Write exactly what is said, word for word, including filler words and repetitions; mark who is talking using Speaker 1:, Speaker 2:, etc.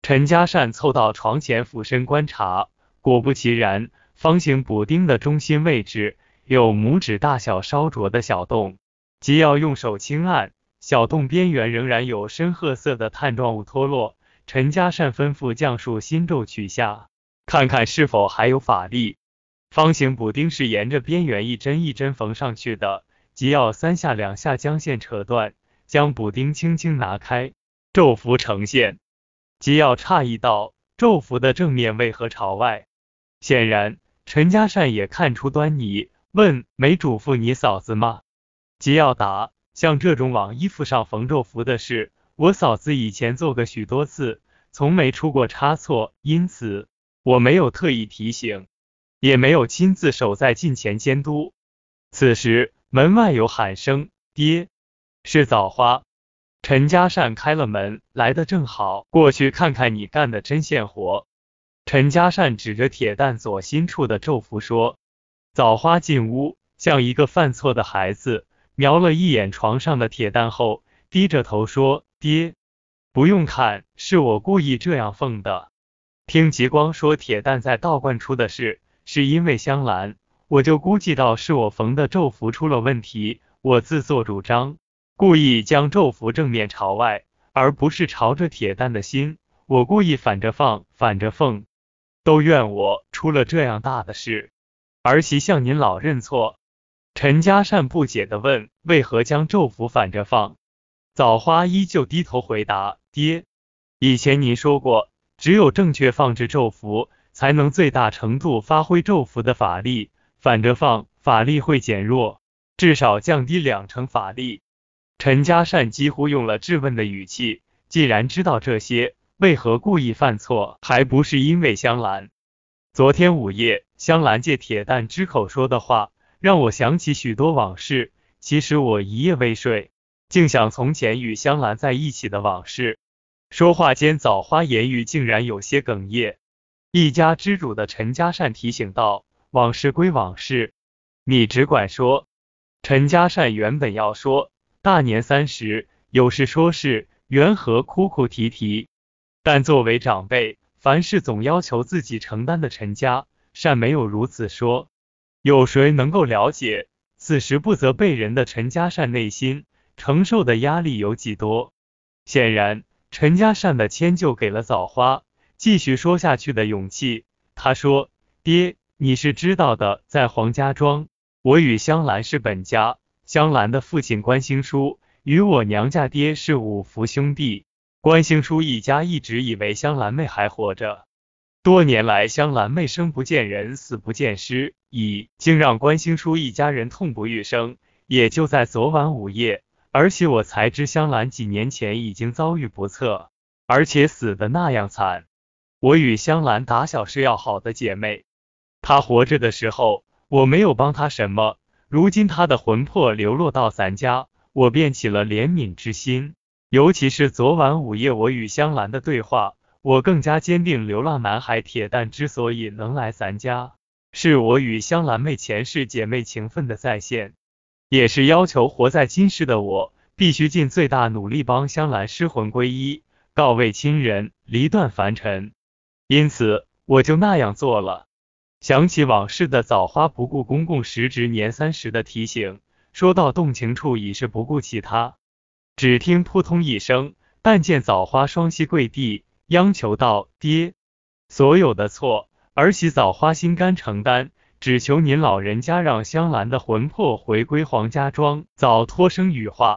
Speaker 1: 陈家善凑到床前俯身观察，果不其然，方形补丁的中心位置有拇指大小烧灼的小洞，即要用手轻按，小洞边缘仍然有深褐色的炭状物脱落。陈家善吩咐将术心咒取下，看看是否还有法力。方形补丁是沿着边缘一针一针缝上去的，即要三下两下将线扯断，将补丁轻轻拿开，咒符呈现。即要诧异道，咒符的正面为何朝外？显然陈家善也看出端倪，问：没嘱咐你嫂子吗？即要答：像这种往衣服上缝咒符的事，我嫂子以前做过许多次，从没出过差错，因此我没有特意提醒，也没有亲自守在近前监督。此时门外有喊声：爹，是枣花。陈家善开了门，来得正好，过去看看你干的真现活。陈家善指着铁蛋左心处的咒符说。枣花进屋，像一个犯错的孩子，瞄了一眼床上的铁蛋后，低着头说：爹，不用看，是我故意这样缝的。听极光说铁蛋在道观出的事，是因为香兰，我就估计到是我缝的咒符出了问题，我自作主张，故意将咒符正面朝外，而不是朝着铁蛋的心，我故意反着放，反着缝，都怨我出了这样大的事，儿媳向您老认错。陈家善不解地问：为何将咒符反着放？枣花依旧低头回答：爹，以前您说过，只有正确放置咒符，才能最大程度发挥咒符的法力，反着放，法力会减弱，至少降低两成法力。陈家善几乎用了质问的语气，既然知道这些，为何故意犯错？还不是因为香兰。昨天午夜，香兰借铁蛋之口说的话，让我想起许多往事，其实我一夜未睡，竟想从前与香兰在一起的往事。说话间，枣花言语竟然有些哽咽。一家之主的陈家善提醒道：往事归往事，你只管说。陈家善原本要说大年三十有事说事，缘何哭哭啼啼，但作为长辈，凡事总要求自己承担的陈家善没有如此说。有谁能够了解此时不责备人的陈家善内心承受的压力有几多？显然陈家善的迁就给了枣花继续说下去的勇气。他说：爹，你是知道的，在黄家庄，我与香兰是本家，香兰的父亲关兴书与我娘家爹是五福兄弟，关兴书一家一直以为香兰妹还活着，多年来香兰妹生不见人，死不见尸，已竟让关兴书一家人痛不欲生。也就在昨晚午夜，而且我才知香兰几年前已经遭遇不测，而且死得那样惨。我与香兰打小是要好的姐妹，她活着的时候我没有帮她什么，如今她的魂魄流落到咱家，我便起了怜悯之心。尤其是昨晚午夜我与香兰的对话，我更加坚定流浪男孩铁蛋之所以能来咱家，是我与香兰妹前世姐妹情分的再现，也是要求活在今世的我必须尽最大努力帮香兰失魂归一，告慰亲人，离断凡尘。因此我就那样做了。想起往事的枣花不顾公公时值年三十的提醒，说到动情处已是不顾其他。只听扑通一声，但见枣花双膝跪地，央求道：爹，所有的错儿媳枣花心甘承担，只求您老人家让香兰的魂魄回归黄家庄，早脱生羽化。